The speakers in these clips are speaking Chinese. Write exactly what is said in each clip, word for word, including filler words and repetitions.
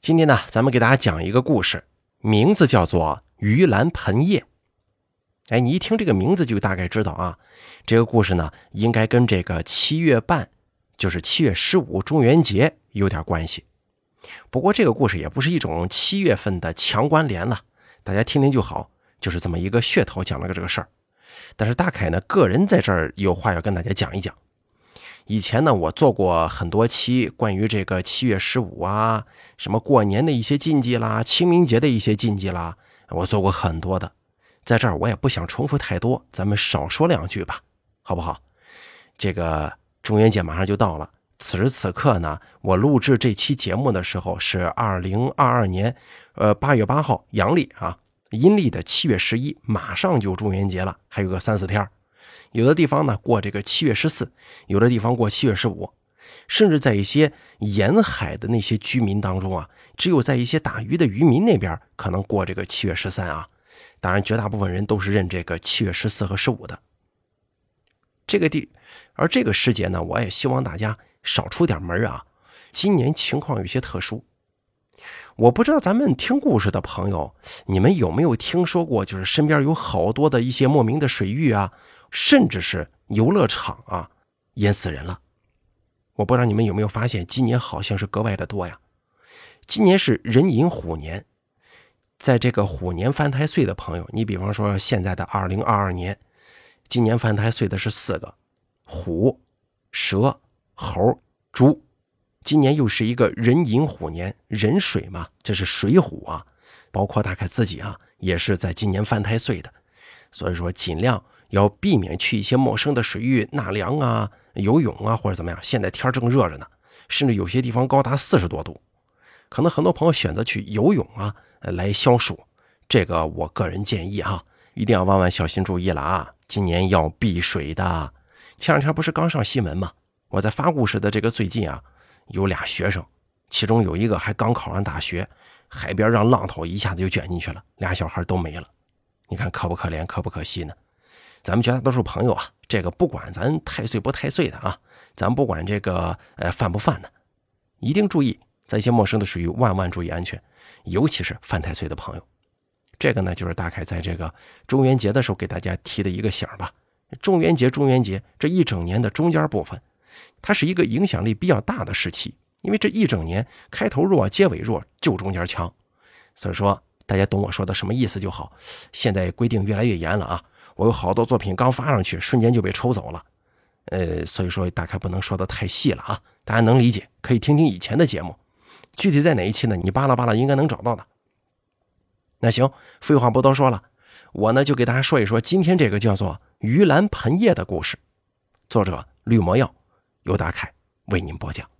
今天呢，咱们给大家讲一个故事，名字叫做盂兰盆夜。哎，你一听这个名字就大概知道啊，这个故事呢，应该跟这个七月半，就是七月十五中元节有点关系。不过这个故事也不是一种七月份的强关联了，大家听听就好，就是这么一个噱头讲了个这个事儿。但是大凯呢，个人在这儿有话要跟大家讲一讲。以前呢，我做过很多期关于这个七月十五啊，什么过年的一些禁忌啦，清明节的一些禁忌啦，我做过很多的。在这儿我也不想重复太多，咱们少说两句吧，好不好？这个中元节马上就到了，此时此刻呢，我录制这期节目的时候是二零二二年呃八月八号阳历啊，阴历的七月十一，马上就中元节了，还有个三四天。有的地方呢过这个七月十四，有的地方过七月十五，甚至在一些沿海的那些居民当中啊，只有在一些打鱼的渔民那边可能过这个七月十三啊。当然绝大部分人都是认这个七月十四和十五的。这个地而这个时节呢，我也希望大家少出点门啊。今年情况有些特殊。我不知道咱们听故事的朋友，你们有没有听说过，就是身边有好多的一些莫名的水域啊，甚至是游乐场啊，淹死人了。我不知道你们有没有发现，今年好像是格外的多呀。今年是壬寅虎年，在这个虎年犯太岁的朋友，你比方说现在的二零二二年，今年犯太岁的是四个：虎、蛇、猴、猪。今年又是一个壬寅虎年，壬水嘛，这是水虎啊，包括大概自己啊，也是在今年犯太岁的。所以说尽量要避免去一些陌生的水域纳凉啊、游泳啊，或者怎么样。现在天正热着呢，甚至有些地方高达四十多度，可能很多朋友选择去游泳啊来消暑，这个我个人建议哈，一定要万万小心注意了啊！今年要避水的。前两天不是刚上新闻吗？我在发故事的这个最近啊，有俩学生，其中有一个还刚考上大学，海边让浪头一下子就卷进去了，俩小孩都没了。你看可不可怜，可不可惜呢？咱们绝大多数朋友啊，这个不管咱太岁不太岁的啊，咱不管这个呃犯不犯的，一定注意在一些陌生的水域万万注意安全，尤其是犯太岁的朋友。这个呢，就是大概在这个中元节的时候给大家提的一个醒吧。中元节，中元节这一整年的中间部分，它是一个影响力比较大的时期，因为这一整年开头弱，结尾弱，就中间强。所以说大家懂我说的什么意思就好。现在规定越来越严了啊，我有好多作品刚发上去，瞬间就被抽走了。呃，所以说大概不能说的太细了啊，大家能理解，可以听听以前的节目。具体在哪一期呢？你扒拉扒拉应该能找到的。那行，废话不多说了，我呢就给大家说一说今天这个叫做盂兰盆夜的故事。作者绿魔药，由大凯为您播讲。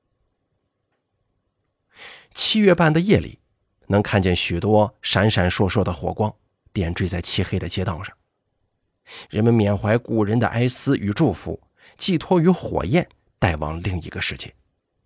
七月半的夜里，能看见许多闪闪烁烁的火光点缀在漆黑的街道上，人们缅怀故人的哀思与祝福，寄托于火焰，带往另一个世界。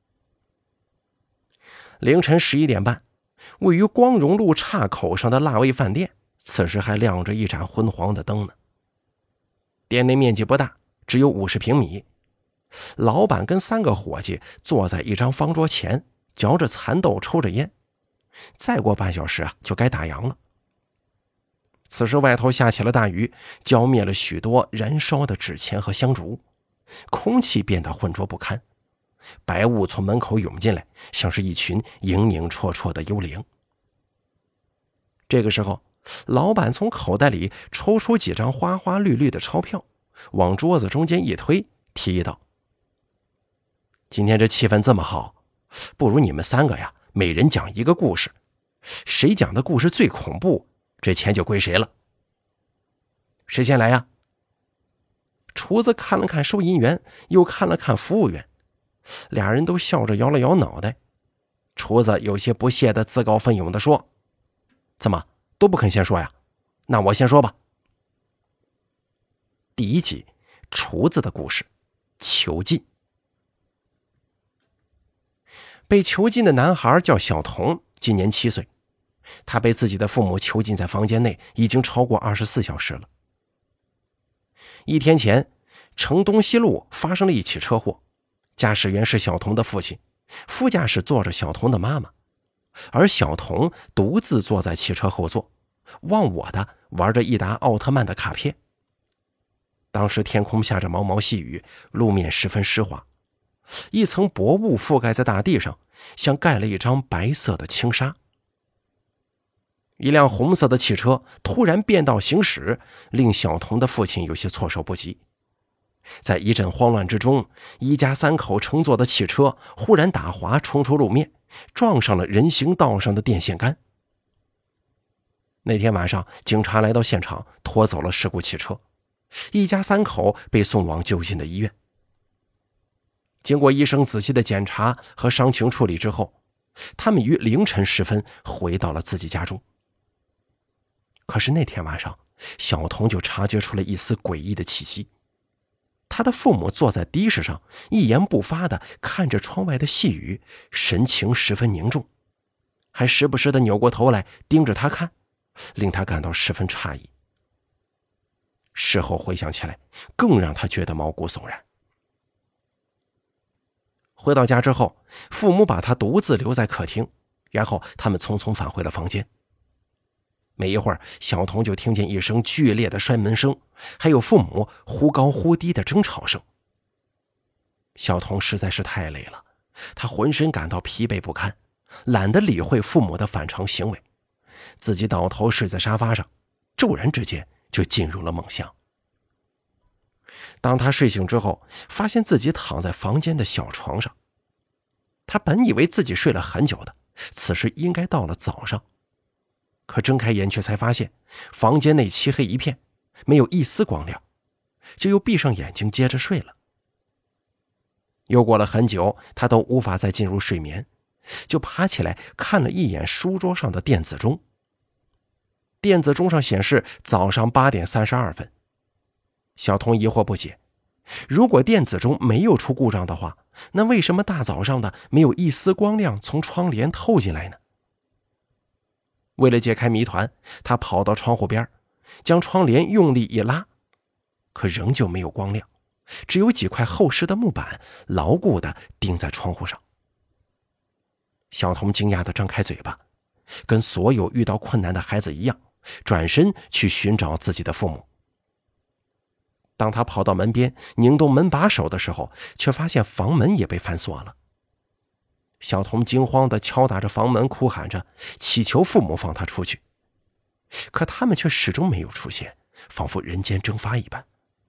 凌晨十一点半，位于光荣路岔口上的辣味饭店，此时还亮着一盏昏黄的灯呢。店内面积不大，只有五十平米。老板跟三个伙计坐在一张方桌前，嚼着蚕豆，抽着烟。再过半小时啊，就该打烊了。此时外头下起了大雨，浇灭了许多燃烧的纸钱和香烛，空气变得浑浊不堪。白雾从门口涌进来，像是一群影影绰绰的幽灵。这个时候，老板从口袋里抽出几张花花绿绿的钞票，往桌子中间一推，提议道：今天这气氛这么好，不如你们三个呀，每人讲一个故事，谁讲的故事最恐怖，这钱就归谁了。谁先来呀？厨子看了看收银员，又看了看服务员，俩人都笑着摇了摇脑袋。厨子有些不屑地自告奋勇地说：怎么都不肯先说呀？那我先说吧。第一集，厨子的故事，囚禁。被囚禁的男孩叫小童，今年七岁。他被自己的父母囚禁在房间内已经超过二十四小时了。一天前，城东西路发生了一起车祸，驾驶员是小童的父亲，副驾驶坐着小童的妈妈。 而小童独自坐在汽车后座，忘我的玩着一沓奥特曼的卡片。当时天空下着毛毛细雨，路面十分湿滑，一层薄雾覆盖在大地上，像盖了一张白色的轻纱。一辆红色的汽车突然变道行驶，令小童的父亲有些措手不及。在一阵慌乱之中，一家三口乘坐的汽车忽然打滑，冲出路面，撞上了人行道上的电线杆。那天晚上，警察来到现场，拖走了事故汽车，一家三口被送往就近的医院。经过医生仔细的检查和伤情处理之后，他们于凌晨时分回到了自己家中。可是那天晚上，小童就察觉出了一丝诡异的气息。他的父母坐在的士上，一言不发地看着窗外的细雨，神情十分凝重，还时不时地扭过头来盯着他看，令他感到十分诧异。事后回想起来，更让他觉得毛骨悚然。回到家之后，父母把他独自留在客厅，然后他们匆匆返回了房间。没一会儿，小童就听见一声剧烈的摔门声，还有父母忽高忽低的争吵声。小童实在是太累了，他浑身感到疲惫不堪，懒得理会父母的反常行为，自己倒头睡在沙发上，骤然之间就进入了梦乡。当他睡醒之后，发现自己躺在房间的小床上。他本以为自己睡了很久的，此时应该到了早上，可睁开眼却才发现房间内漆黑一片，没有一丝光亮，就又闭上眼睛接着睡了。又过了很久，他都无法再进入睡眠，就爬起来看了一眼书桌上的电子钟。电子钟上显示早上八点三十二分。小童疑惑不解，如果电子钟没有出故障的话，那为什么大早上的没有一丝光亮从窗帘透进来呢？为了解开谜团，他跑到窗户边，将窗帘用力一拉，可仍旧没有光亮，只有几块厚实的木板牢固地钉在窗户上。小童惊讶地张开嘴巴，跟所有遇到困难的孩子一样，转身去寻找自己的父母。当他跑到门边拧动门把手的时候，却发现房门也被反锁了。小童惊慌地敲打着房门，哭喊着祈求父母放他出去，可他们却始终没有出现，仿佛人间蒸发一般。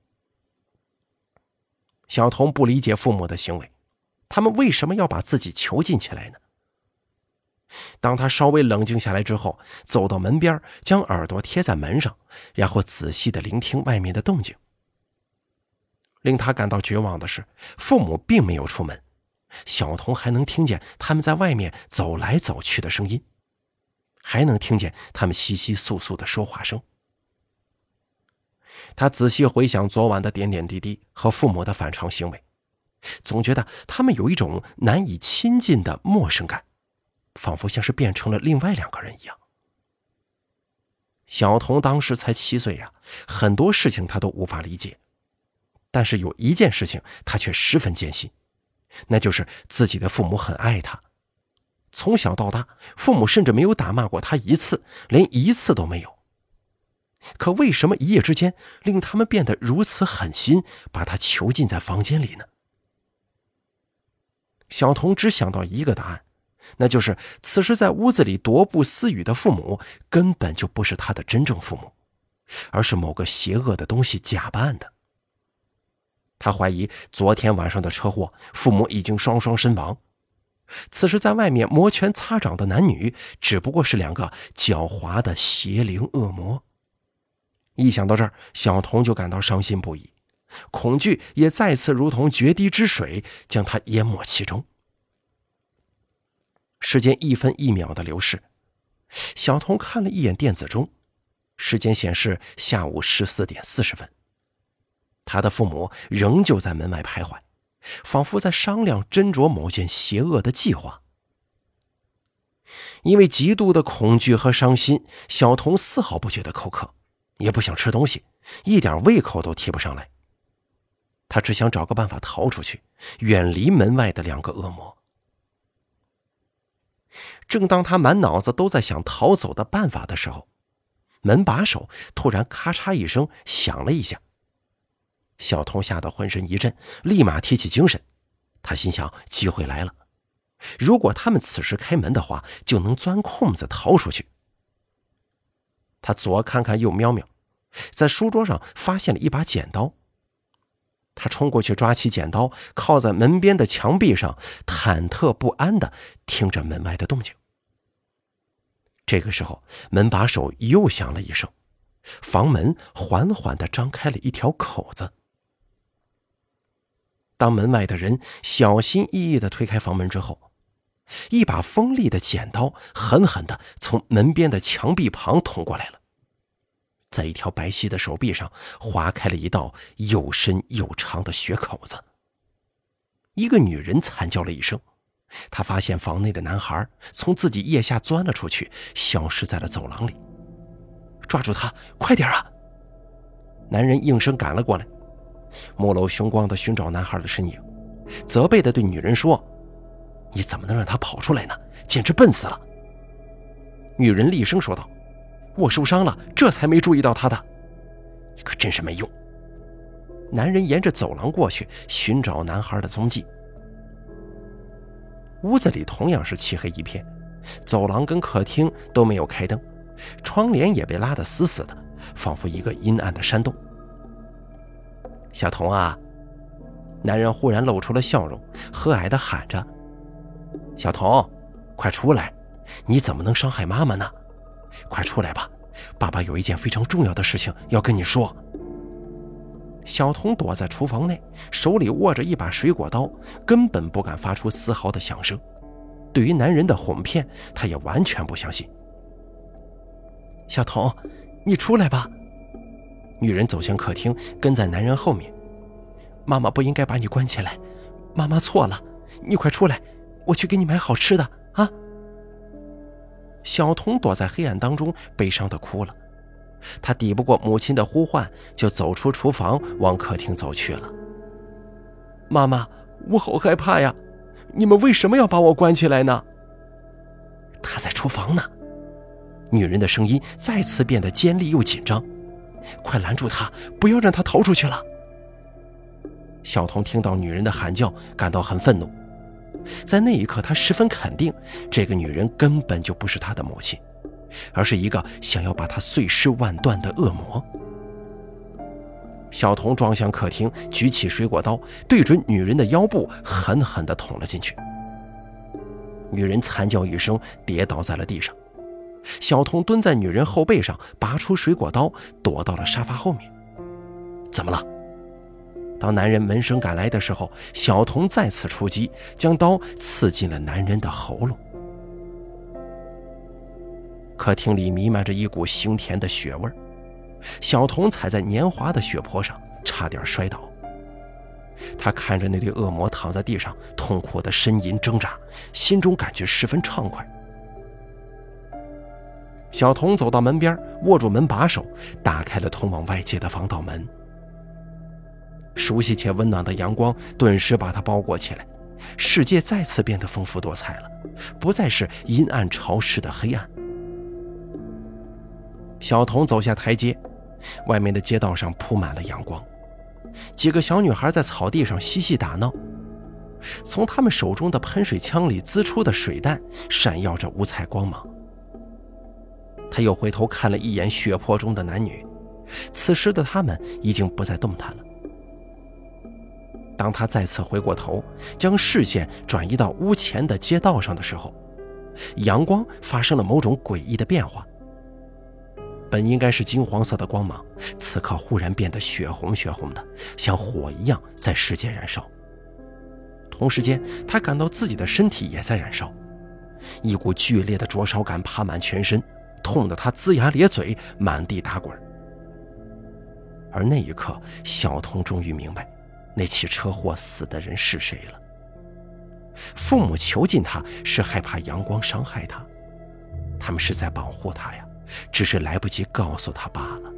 小童不理解父母的行为，他们为什么要把自己囚禁起来呢？当他稍微冷静下来之后，走到门边，将耳朵贴在门上，然后仔细地聆听外面的动静。令他感到绝望的是，父母并没有出门，小童还能听见他们在外面走来走去的声音，还能听见他们窸窸窣窣的说话声。他仔细回想昨晚的点点滴滴和父母的反常行为，总觉得他们有一种难以亲近的陌生感，仿佛像是变成了另外两个人一样。小童当时才七岁呀，很多事情他都无法理解，但是有一件事情他却十分坚信，那就是自己的父母很爱他。从小到大，父母甚至没有打骂过他一次，连一次都没有。可为什么一夜之间令他们变得如此狠心，把他囚禁在房间里呢？小童只想到一个答案，那就是此时在屋子里踱步私语的父母根本就不是他的真正父母，而是某个邪恶的东西假扮的。他怀疑昨天晚上的车祸，父母已经双双身亡。此时在外面摩拳擦掌的男女，只不过是两个狡猾的邪灵恶魔。一想到这儿，小童就感到伤心不已，恐惧也再次如同决堤之水，将他淹没其中。时间一分一秒的流逝，小童看了一眼电子钟，时间显示下午十四点四十分。他的父母仍旧在门外徘徊，仿佛在商量斟酌某件邪恶的计划。因为极度的恐惧和伤心，小童丝毫不觉得口渴，也不想吃东西，一点胃口都提不上来。他只想找个办法逃出去，远离门外的两个恶魔。 正当他满脑子都在想逃走的办法的时候，门把手突然咔嚓一声响了一下。小童吓得浑身一震，立马提起精神。他心想，机会来了，如果他们此时开门的话，就能钻空子逃出去。他左看看右瞄瞄，在书桌上发现了一把剪刀。他冲过去抓起剪刀，靠在门边的墙壁上，忐忑不安地听着门外的动静。这个时候，门把手又响了一声，房门缓缓地张开了一条口子。当门外的人小心翼翼地推开房门之后，一把锋利的剪刀狠狠地从门边的墙壁旁捅过来了，在一条白皙的手臂上划开了一道又深又长的血口子。一个女人惨叫了一声，她发现房内的男孩从自己腋下钻了出去，消失在了走廊里。抓住他，快点啊！男人应声赶了过来，目露凶光地寻找男孩的身影，责备地对女人说：你怎么能让他跑出来呢？简直笨死了！女人厉声说道：我受伤了，这才没注意到他的。你可真是没用。男人沿着走廊过去，寻找男孩的踪迹。屋子里同样是漆黑一片，走廊跟客厅都没有开灯，窗帘也被拉得死死的，仿佛一个阴暗的山洞。小童啊！男人忽然露出了笑容，和蔼地喊着：小童，快出来！你怎么能伤害妈妈呢？快出来吧，爸爸有一件非常重要的事情要跟你说。小童躲在厨房内，手里握着一把水果刀，根本不敢发出丝毫的响声。对于男人的哄骗，他也完全不相信。小童，你出来吧。女人走向客厅，跟在男人后面。妈妈不应该把你关起来，妈妈错了，你快出来，我去给你买好吃的啊！小童躲在黑暗当中，悲伤地哭了。他抵不过母亲的呼唤，就走出厨房，往客厅走去了。妈妈，我好害怕呀！你们为什么要把我关起来呢？他在厨房呢。女人的声音再次变得尖利又紧张。快拦住他，不要让他逃出去了！小童听到女人的喊叫，感到很愤怒。在那一刻，他十分肯定，这个女人根本就不是他的母亲，而是一个想要把他碎尸万段的恶魔。小童撞向客厅，举起水果刀，对准女人的腰部狠狠地捅了进去。女人惨叫一声，跌倒在了地上。小童蹲在女人后背上，拔出水果刀，躲到了沙发后面。怎么了？当男人闻声赶来的时候，小童再次出击，将刀刺进了男人的喉咙。客厅里弥漫着一股腥甜的血味，小童踩在黏滑的血泊上，差点摔倒。他看着那对恶魔躺在地上，痛苦地呻吟挣扎，心中感觉十分畅快。小童走到门边，握住门把手，打开了通往外界的防盗门。熟悉且温暖的阳光顿时把他包裹起来，世界再次变得丰富多彩了，不再是阴暗潮湿的黑暗。小童走下台阶，外面的街道上铺满了阳光，几个小女孩在草地上嬉戏打闹，从她们手中的喷水枪里滋出的水弹闪耀着五彩光芒。他又回头看了一眼血泊中的男女，此时的他们已经不再动弹了。当他再次回过头，将视线转移到屋前的街道上的时候，阳光发生了某种诡异的变化。本应该是金黄色的光芒，此刻忽然变得血红血红的，像火一样在世界燃烧。同时间，他感到自己的身体也在燃烧，一股剧烈的灼烧感爬满全身，痛得他龇牙咧嘴，满地打滚。而那一刻，小童终于明白那起车祸死的人是谁了。父母囚禁他是害怕阳光伤害他，他们是在保护他呀，只是来不及告诉他罢了。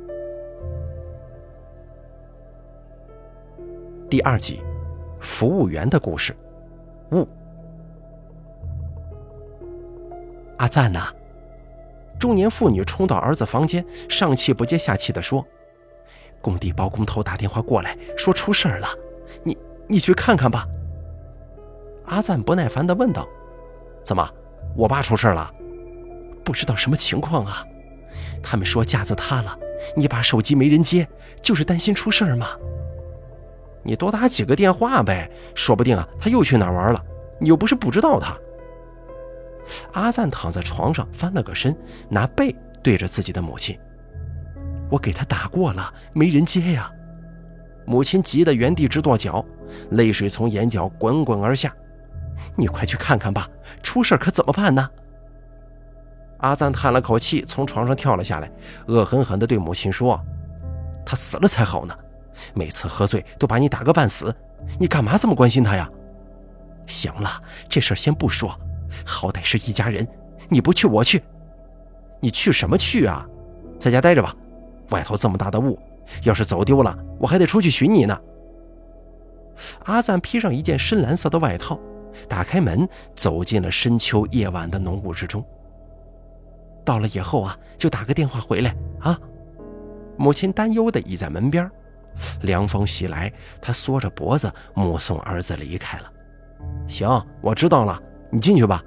第二集，服务员的故事。雾。 阿赞呐！中年妇女冲到儿子房间，上气不接下气地说：“工地包工头打电话过来，说出事儿了，你你去看看吧。”阿赞不耐烦地问道：“怎么，我爸出事了？不知道什么情况啊？他们说架子塌了，你爸手机没人接，就是担心出事儿嘛。你多打几个电话呗，说不定啊他又去哪儿玩了，你又不是不知道他。”阿赞躺在床上翻了个身，拿背对着自己的母亲：“我给他打过了，没人接呀。”母亲急得原地直跺脚，泪水从眼角滚滚而下：“你快去看看吧，出事可怎么办呢？”阿赞叹了口气，从床上跳了下来，恶狠狠地对母亲说：“他死了才好呢，每次喝醉都把你打个半死，你干嘛这么关心他呀？行了，这事儿先不说，好歹是一家人，你不去我去。你去什么去啊？在家待着吧，外头这么大的雾，要是走丢了，我还得出去寻你呢。”阿赞披上一件深蓝色的外套，打开门，走进了深秋夜晚的浓雾之中。到了以后啊，就打个电话回来啊。母亲担忧地倚在门边，凉风袭来，她缩着脖子目送儿子离开了。行，我知道了，你进去吧。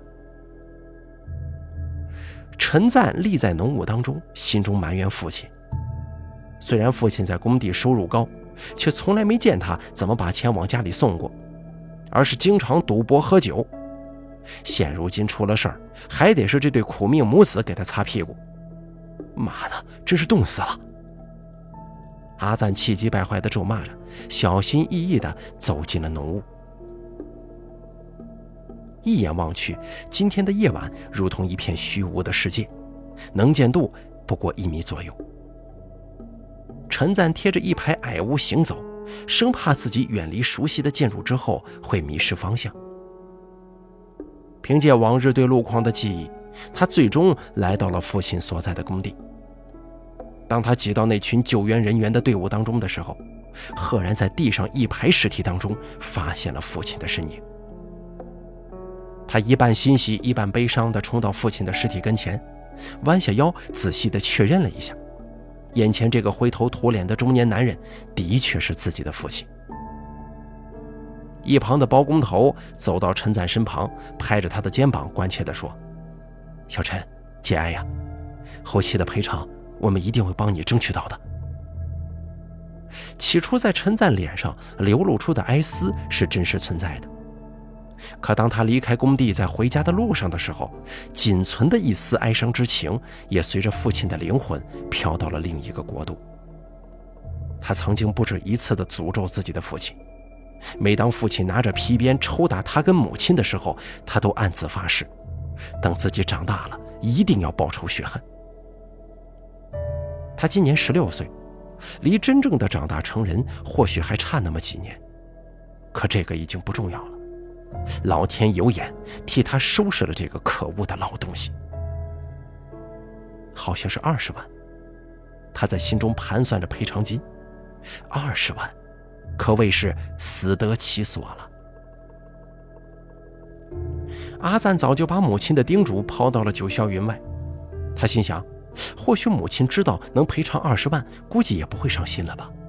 陈赞立在浓雾当中，心中埋怨父亲。虽然父亲在工地收入高，却从来没见他怎么把钱往家里送过，而是经常赌博喝酒。现如今出了事儿，还得是这对苦命母子给他擦屁股。妈的，真是冻死了！阿赞气急败坏地咒骂着，小心翼翼地走进了浓雾。一眼望去，今天的夜晚如同一片虚无的世界，能见度不过一米左右。陈赞贴着一排矮屋行走，生怕自己远离熟悉的建筑之后会迷失方向。凭借往日对路况的记忆，他最终来到了父亲所在的工地。当他挤到那群救援人员的队伍当中的时候，赫然在地上一排尸体当中发现了父亲的身影。他一半欣喜一半悲伤地冲到父亲的尸体跟前，弯下腰仔细地确认了一下，眼前这个灰头土脸的中年男人的确是自己的父亲。一旁的包工头走到陈赞身旁，拍着他的肩膀关切地说：“小陈，节哀呀，后期的赔偿我们一定会帮你争取到的。”起初在陈赞脸上流露出的哀思是真实存在的，可当他离开工地在回家的路上的时候，仅存的一丝哀伤之情也随着父亲的灵魂飘到了另一个国度。他曾经不止一次地诅咒自己的父亲，每当父亲拿着皮鞭抽打他跟母亲的时候，他都暗自发誓，等自己长大了一定要报仇雪恨。他今年十六岁，离真正的长大成人或许还差那么几年，可这个已经不重要了。老天有眼，替他收拾了这个可恶的老东西。好像是二十万，他在心中盘算着赔偿金。二十万，可谓是死得其所了。阿赞早就把母亲的叮嘱抛到了九霄云外，他心想，或许母亲知道能赔偿二十万，估计也不会伤心了吧。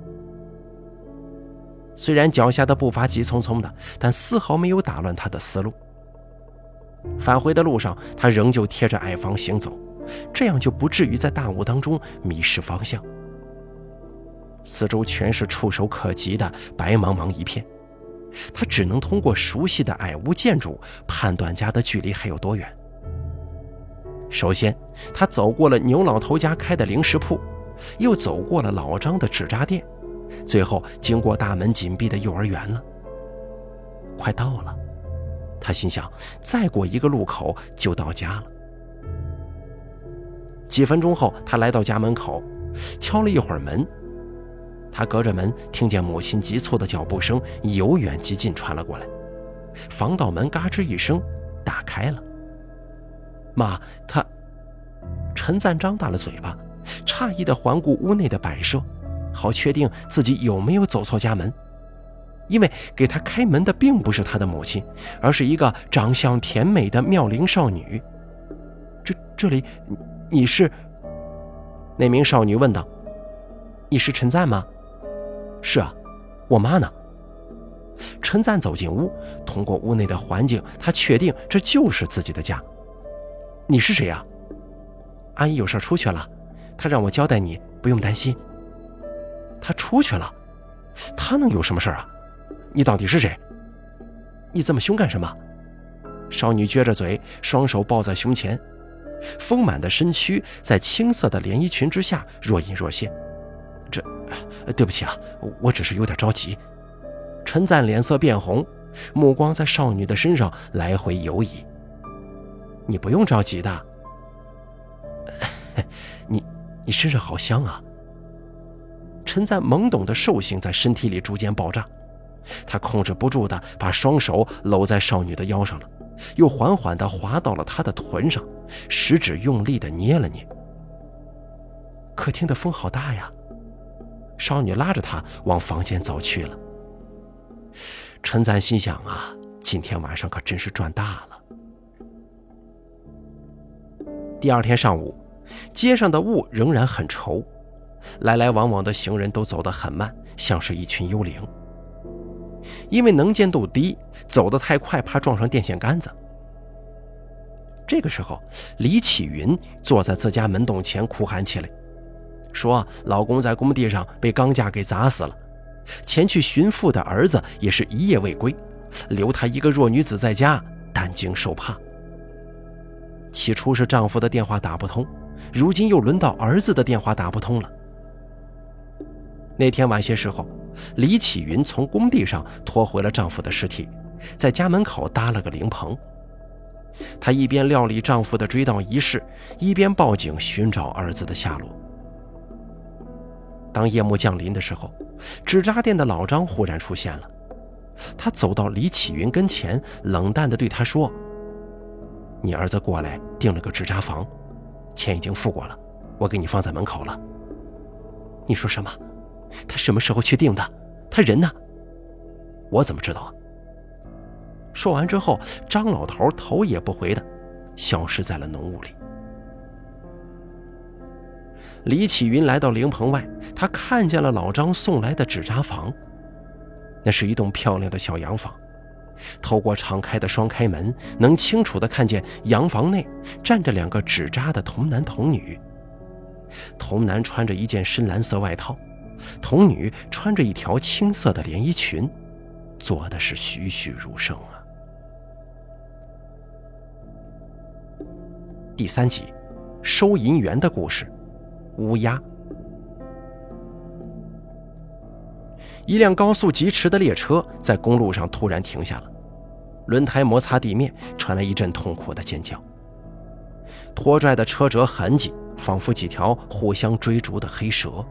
虽然脚下的步伐急匆匆的，但丝毫没有打乱他的思路。返回的路上，他仍旧贴着矮房行走，这样就不至于在大雾当中迷失方向。四周全是触手可及的白茫茫一片，他只能通过熟悉的矮屋建筑判断家的距离还有多远。首先，他走过了牛老头家开的零食铺，又走过了老张的纸扎店，最后经过大门紧闭的幼儿园了。快到了，他心想，再过一个路口就到家了。几分钟后，他来到家门口，敲了一会儿门。他隔着门听见母亲急促的脚步声由远及近传了过来，防盗门嘎吱一声打开了。妈，他……陈赞张大了嘴巴，诧异地环顾屋内的摆设，好确定自己有没有走错家门，因为给他开门的并不是他的母亲，而是一个长相甜美的妙龄少女。 这里，你是？那名少女问道。你是陈赞吗？是啊，我妈呢？陈赞走进屋，通过屋内的环境，他确定这就是自己的家。你是谁呀？阿姨有事出去了，她让我交代你，不用担心。她出去了？她能有什么事啊？你到底是谁？你这么凶干什么？少女撅着嘴，双手抱在胸前，丰满的身躯在青色的连衣裙之下若隐若现。这，对不起啊，我只是有点着急。陈赞脸色变红，目光在少女的身上来回游移。你不用着急的。你你身上好香啊。陈赞懵懂的兽性在身体里逐渐爆炸，他控制不住的把双手搂在少女的腰上了，又缓缓地滑到了她的臀上，食指用力地捏了捏。客厅的风好大呀。少女拉着他往房间走去了。陈赞心想啊，今天晚上可真是赚大了。第二天上午，街上的雾仍然很稠，来来往往的行人都走得很慢，像是一群幽灵。因为能见度低，走得太快怕撞上电线杆子。这个时候，李启云坐在自家门洞前哭喊起来，说老公在工地上被钢架给砸死了，前去寻父的儿子也是一夜未归，留她一个弱女子在家，担惊受怕。起初是丈夫的电话打不通，如今又轮到儿子的电话打不通了。那天晚些时候，李启云从工地上拖回了丈夫的尸体，在家门口搭了个灵棚。她一边料理丈夫的追悼仪式，一边报警寻找儿子的下落。当夜幕降临的时候，纸扎店的老张忽然出现了。他走到李启云跟前，冷淡地对他说：你儿子过来订了个纸扎房，钱已经付过了，我给你放在门口了。你说什么？他什么时候去订的？他人呢？我怎么知道啊？说完之后，张老头头也不回的消失在了浓雾里。李启云来到灵棚外，他看见了老张送来的纸扎房。那是一栋漂亮的小洋房，透过敞开的双开门，能清楚地看见洋房内站着两个纸扎的童男童女。童男穿着一件深蓝色外套，童女穿着一条青色的连衣裙，做的是栩栩如生啊。第三集，收银员的故事，乌鸦。一辆高速疾驰的列车在公路上突然停下了，轮胎摩擦地面，传来一阵痛苦的尖叫。拖拽的车辙痕迹仿佛几条互相追逐的黑蛇。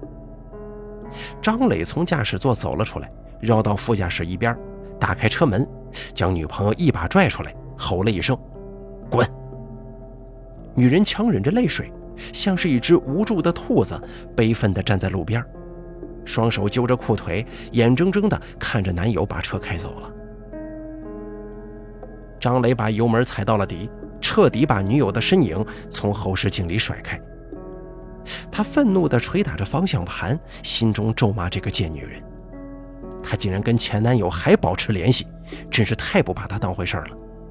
张磊从驾驶座走了出来，绕到副驾驶一边，打开车门，将女朋友一把拽出来，吼了一声：滚！女人强忍着泪水，像是一只无助的兔子，悲愤地站在路边，双手揪着裤腿，眼睁睁地看着男友把车开走了。张磊把油门踩到了底，彻底把女友的身影从后视镜里甩开。他愤怒地捶打着方向盘，心中咒骂这个贱女人。她竟然跟前男友还保持联系，真是太不把她当回事了。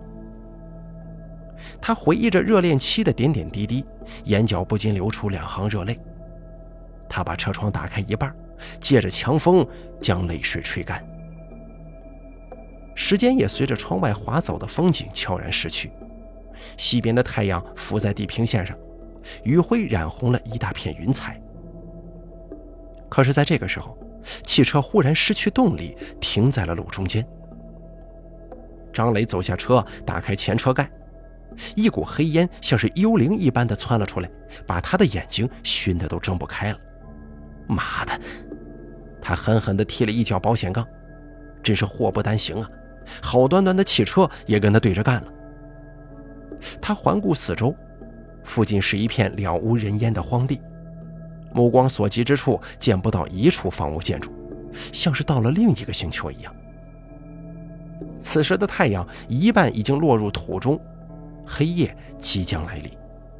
他回忆着热恋期的点点滴滴，眼角不禁流出两行热泪。他把车窗打开一半，借着强风将泪水吹干。时间也随着窗外划走的风景悄然逝去，西边的太阳浮在地平线上，余晖染红了一大片云彩。可是在这个时候，汽车忽然失去动力，停在了路中间。张磊走下车，打开前车盖，一股黑烟像是幽灵一般的窜了出来，把他的眼睛熏得都睁不开了。妈的！他狠狠地踢了一脚保险杠，真是祸不单行啊，好端端的汽车也跟他对着干了。他环顾四周，附近是一片了无人烟的荒地，目光所及之处见不到一处房屋建筑，像是到了另一个星球一样。此时的太阳一半已经落入土中，黑夜即将来临。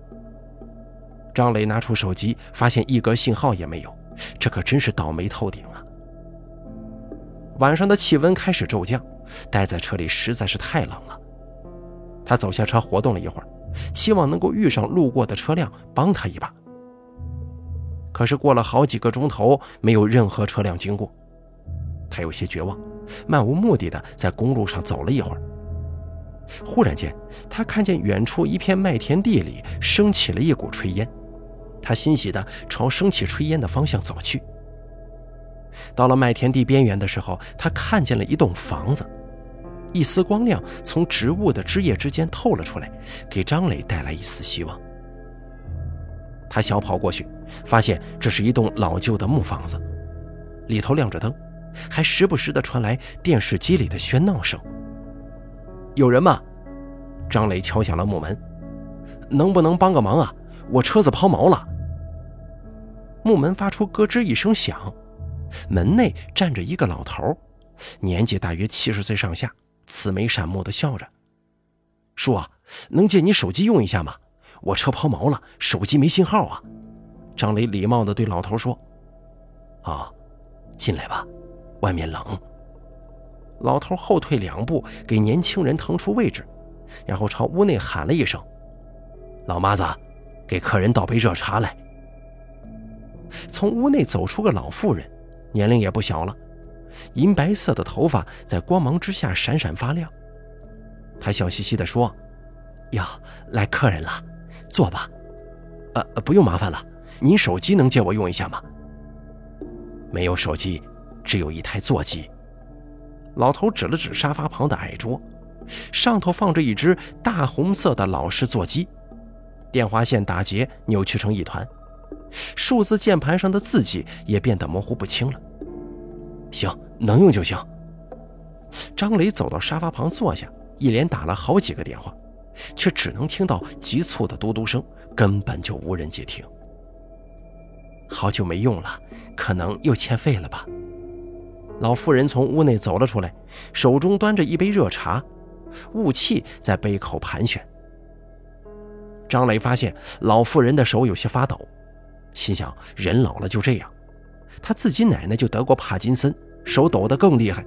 张磊拿出手机，发现一格信号也没有，这可真是倒霉透顶啊！晚上的气温开始骤降，待在车里实在是太冷了。他走下车活动了一会儿，期望能够遇上路过的车辆帮他一把。可是过了好几个钟头，没有任何车辆经过，他有些绝望，漫无目的的在公路上走了一会儿。忽然间，他看见远处一片麦田地里升起了一股炊烟，他欣喜地朝升起炊烟的方向走去。到了麦田地边缘的时候，他看见了一栋房子，一丝光亮从植物的枝叶之间透了出来，给张磊带来一丝希望。他小跑过去，发现这是一栋老旧的木房子，里头亮着灯，还时不时地传来电视机里的喧闹声。有人吗？张磊敲响了木门。能不能帮个忙啊？我车子抛锚了。木门发出咯吱一声响，门内站着一个老头，年纪大约七十岁上下，慈眉善目的笑着。叔啊，能借你手机用一下吗？我车抛锚了，手机没信号啊。张磊礼貌地对老头说。哦，进来吧，外面冷。老头后退两步，给年轻人腾出位置，然后朝屋内喊了一声：老妈子，给客人倒杯热茶来。从屋内走出个老妇人，年龄也不小了，银白色的头发在光芒之下闪闪发亮。她笑嘻嘻地说：呀，来客人了，坐吧。呃，不用麻烦了，您手机能借我用一下吗？没有手机，只有一台座机。老头指了指沙发旁的矮桌，上头放着一只大红色的老式座机，电话线打结，扭曲成一团，数字键盘上的字迹也变得模糊不清了。行，能用就行。张磊走到沙发旁坐下，一连打了好几个电话，却只能听到急促的嘟嘟声，根本就无人接听。好久没用了，可能又欠费了吧。老妇人从屋内走了出来，手中端着一杯热茶，雾气在杯口盘旋。张磊发现老妇人的手有些发抖，心想人老了就这样，他自己奶奶就得过帕金森，手抖得更厉害。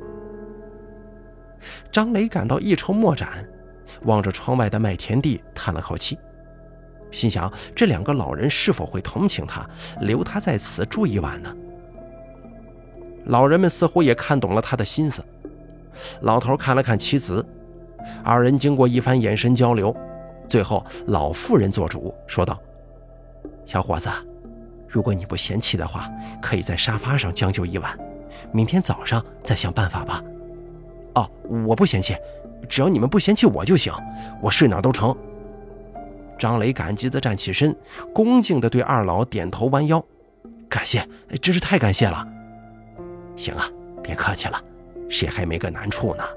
张磊感到一筹莫展，望着窗外的麦田地叹了口气，心想这两个老人是否会同情他，留他在此住一晚呢？老人们似乎也看懂了他的心思。老头看了看妻子，二人经过一番眼神交流，最后老妇人做主说道：小伙子，如果你不嫌弃的话，可以在沙发上将就一晚，明天早上再想办法吧。哦，我不嫌弃，只要你们不嫌弃我就行，我睡哪都成。张磊感激地站起身，恭敬地对二老点头弯腰，感谢，真是太感谢了。行啊，别客气了，谁还没个难处呢？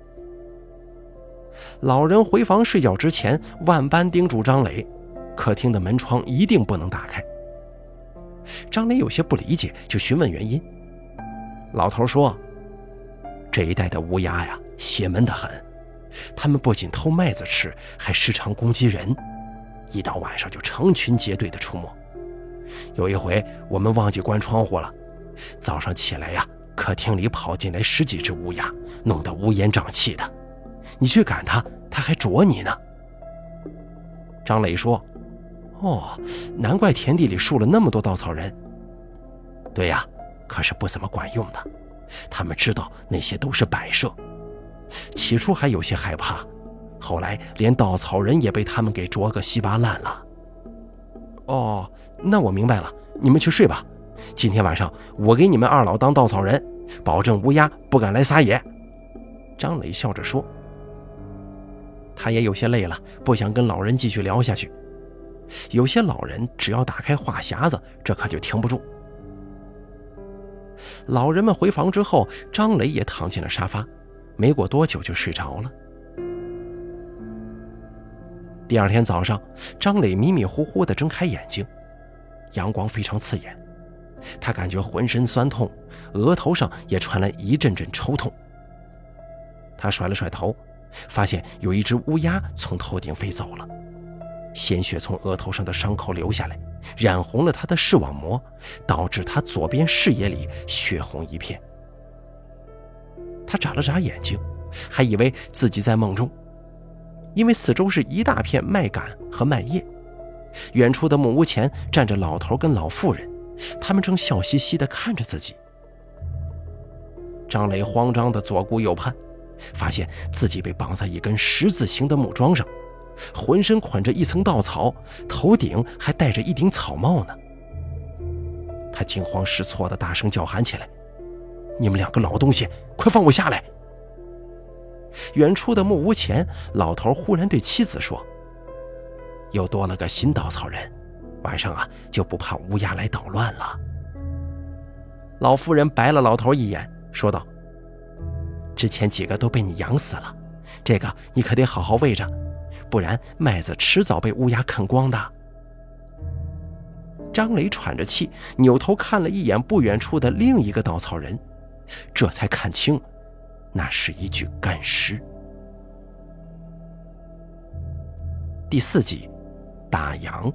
老人回房睡觉之前，万般叮嘱张磊，客厅的门窗一定不能打开。张磊有些不理解，就询问原因。老头说，这一带的乌鸦呀，邪门得很，他们不仅偷麦子吃，还时常攻击人，一到晚上就成群结队的出没。有一回我们忘记关窗户了，早上起来呀，客厅里跑进来十几只乌鸦，弄得乌烟瘴气的，你去赶它，它还啄你呢。张磊说，哦，难怪田地里竖了那么多稻草人。对呀，可是不怎么管用的，他们知道那些都是摆设。起初还有些害怕，后来连稻草人也被他们给啄个稀巴烂了。哦，那我明白了，你们去睡吧，今天晚上我给你们二老当稻草人，保证乌鸦不敢来撒野。张磊笑着说。他也有些累了，不想跟老人继续聊下去。有些老人只要打开话匣子，这可就停不住。老人们回房之后，张磊也躺进了沙发，没过多久就睡着了。第二天早上，张磊迷迷糊糊地睁开眼睛，阳光非常刺眼，他感觉浑身酸痛，额头上也传来一阵阵抽痛。他甩了甩头，发现有一只乌鸦从头顶飞走了，鲜血从额头上的伤口流下来， 染红了他的视网膜，导致他左边视野里血红一片。他眨了眨眼睛，还以为自己在梦中，因为四周是一大片麦秆和麦叶，远处的木屋前站着老头跟老妇人，他们正笑嘻嘻地看着自己。张磊慌张地左顾右盼，发现自己被绑在一根十字形的木桩上，浑身捆着一层稻草，头顶还戴着一顶草帽呢。他惊慌失措地大声叫喊起来：“你们两个老东西，快放我下来！”远处的木屋前，老头忽然对妻子说：“又多了个新稻草人，晚上啊就不怕乌鸦来捣乱了。”老妇人白了老头一眼，说道：“之前几个都被你养死了，这个你可得好好喂着，不然麦子迟早被乌鸦啃光的。”张磊喘着气，扭头看了一眼不远处的另一个稻草人，这才看清，那是一具干尸。第四集，打烊。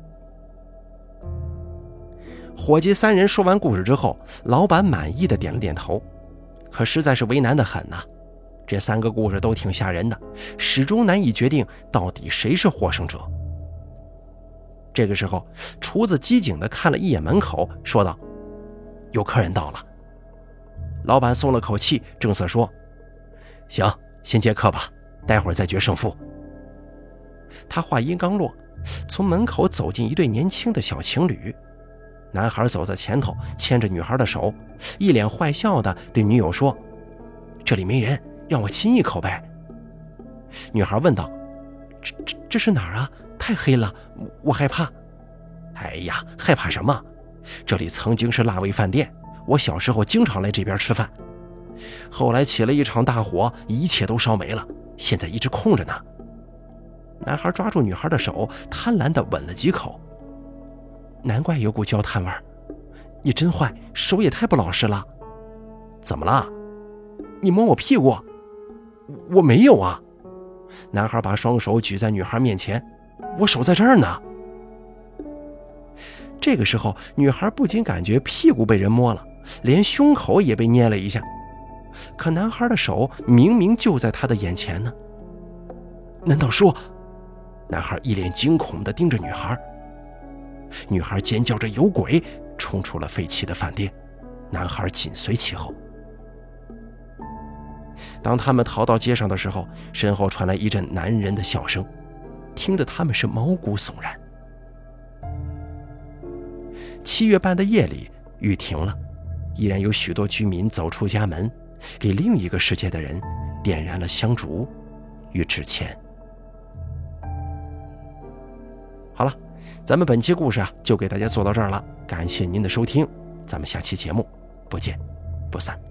伙计三人说完故事之后，老板满意的点了点头，可实在是为难的很呐、啊。这三个故事都挺吓人的，始终难以决定到底谁是获胜者。这个时候，厨子机警地看了一眼门口，说道：“有客人到了。”老板松了口气，正色说：“行，先接客吧，待会儿再决胜负。”他话音刚落，从门口走进一对年轻的小情侣。男孩走在前头，牵着女孩的手，一脸坏笑地对女友说：“这里没人，让我亲一口呗。”女孩问道：“这这这是哪儿啊？太黑了，我我害怕。”“哎呀，害怕什么？这里曾经是辣味饭店，我小时候经常来这边吃饭。后来起了一场大火，一切都烧没了，现在一直空着呢。”男孩抓住女孩的手，贪婪地吻了几口。“难怪有股焦炭味儿，你真坏，手也太不老实了。”“怎么了？你摸我屁股？”“我没有啊。”男孩把双手举在女孩面前，“我手在这儿呢。”这个时候，女孩不仅感觉屁股被人摸了，连胸口也被捏了一下。可男孩的手明明就在她的眼前呢。难道说……男孩一脸惊恐地盯着女孩。女孩尖叫着有鬼，冲出了废弃的饭店，男孩紧随其后。当他们逃到街上的时候，身后传来一阵男人的笑声，听得他们是毛骨悚然。七月半的夜里，雨停了，依然有许多居民走出家门，给另一个世界的人点燃了香烛与纸钱。好了，咱们本期故事啊，就给大家做到这儿了，感谢您的收听，咱们下期节目不见不散。